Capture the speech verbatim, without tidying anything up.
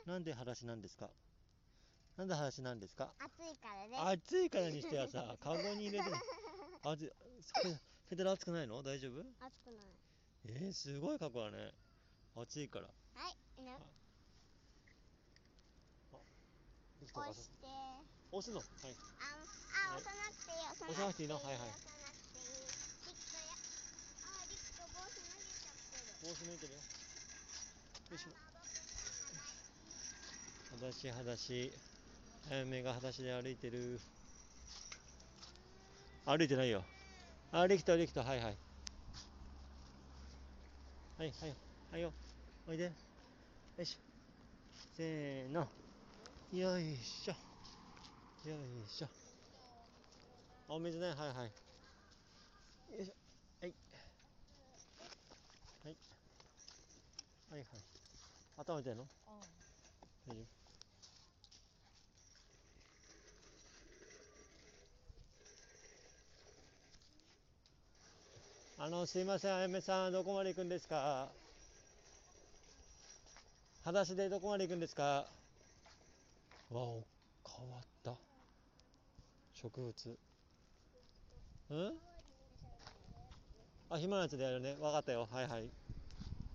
なんで裸足なんですか？なんで裸足なんですか？ 暑いからね。 暑いからにしてはさ、カゴに入れてる。暑い、ペペダル熱くないの？大丈夫？ 暑くない。 えー、すごい格好だね。暑いから。 はいね。 できたかな？ 押して。 押すの？はい。 あ、あ、押さなくていい。 押さなくていいの？はいはい。 押さなくていい。リクや。あ、リクと帽子脱げちゃってる。 帽子抜いてるよ。よいしょ。 あ、僕裸足裸足。あやめが裸足で歩いてる。歩いてないよ。あ、できたできた。はいはい。はいはい。はいよ。おいで。よいしょ。せーの。よいしょ。よいしょ。お水ね。はいはい。よいしょ。はい。はい。はいはい。温めてんの？大丈夫？あの、すいません、あやめさん、どこまで行くんですか？裸足でどこまで行くんですか？わお、変わった。植物。うん？あ、ひまのやつでやるね。わかったよ。はいはい。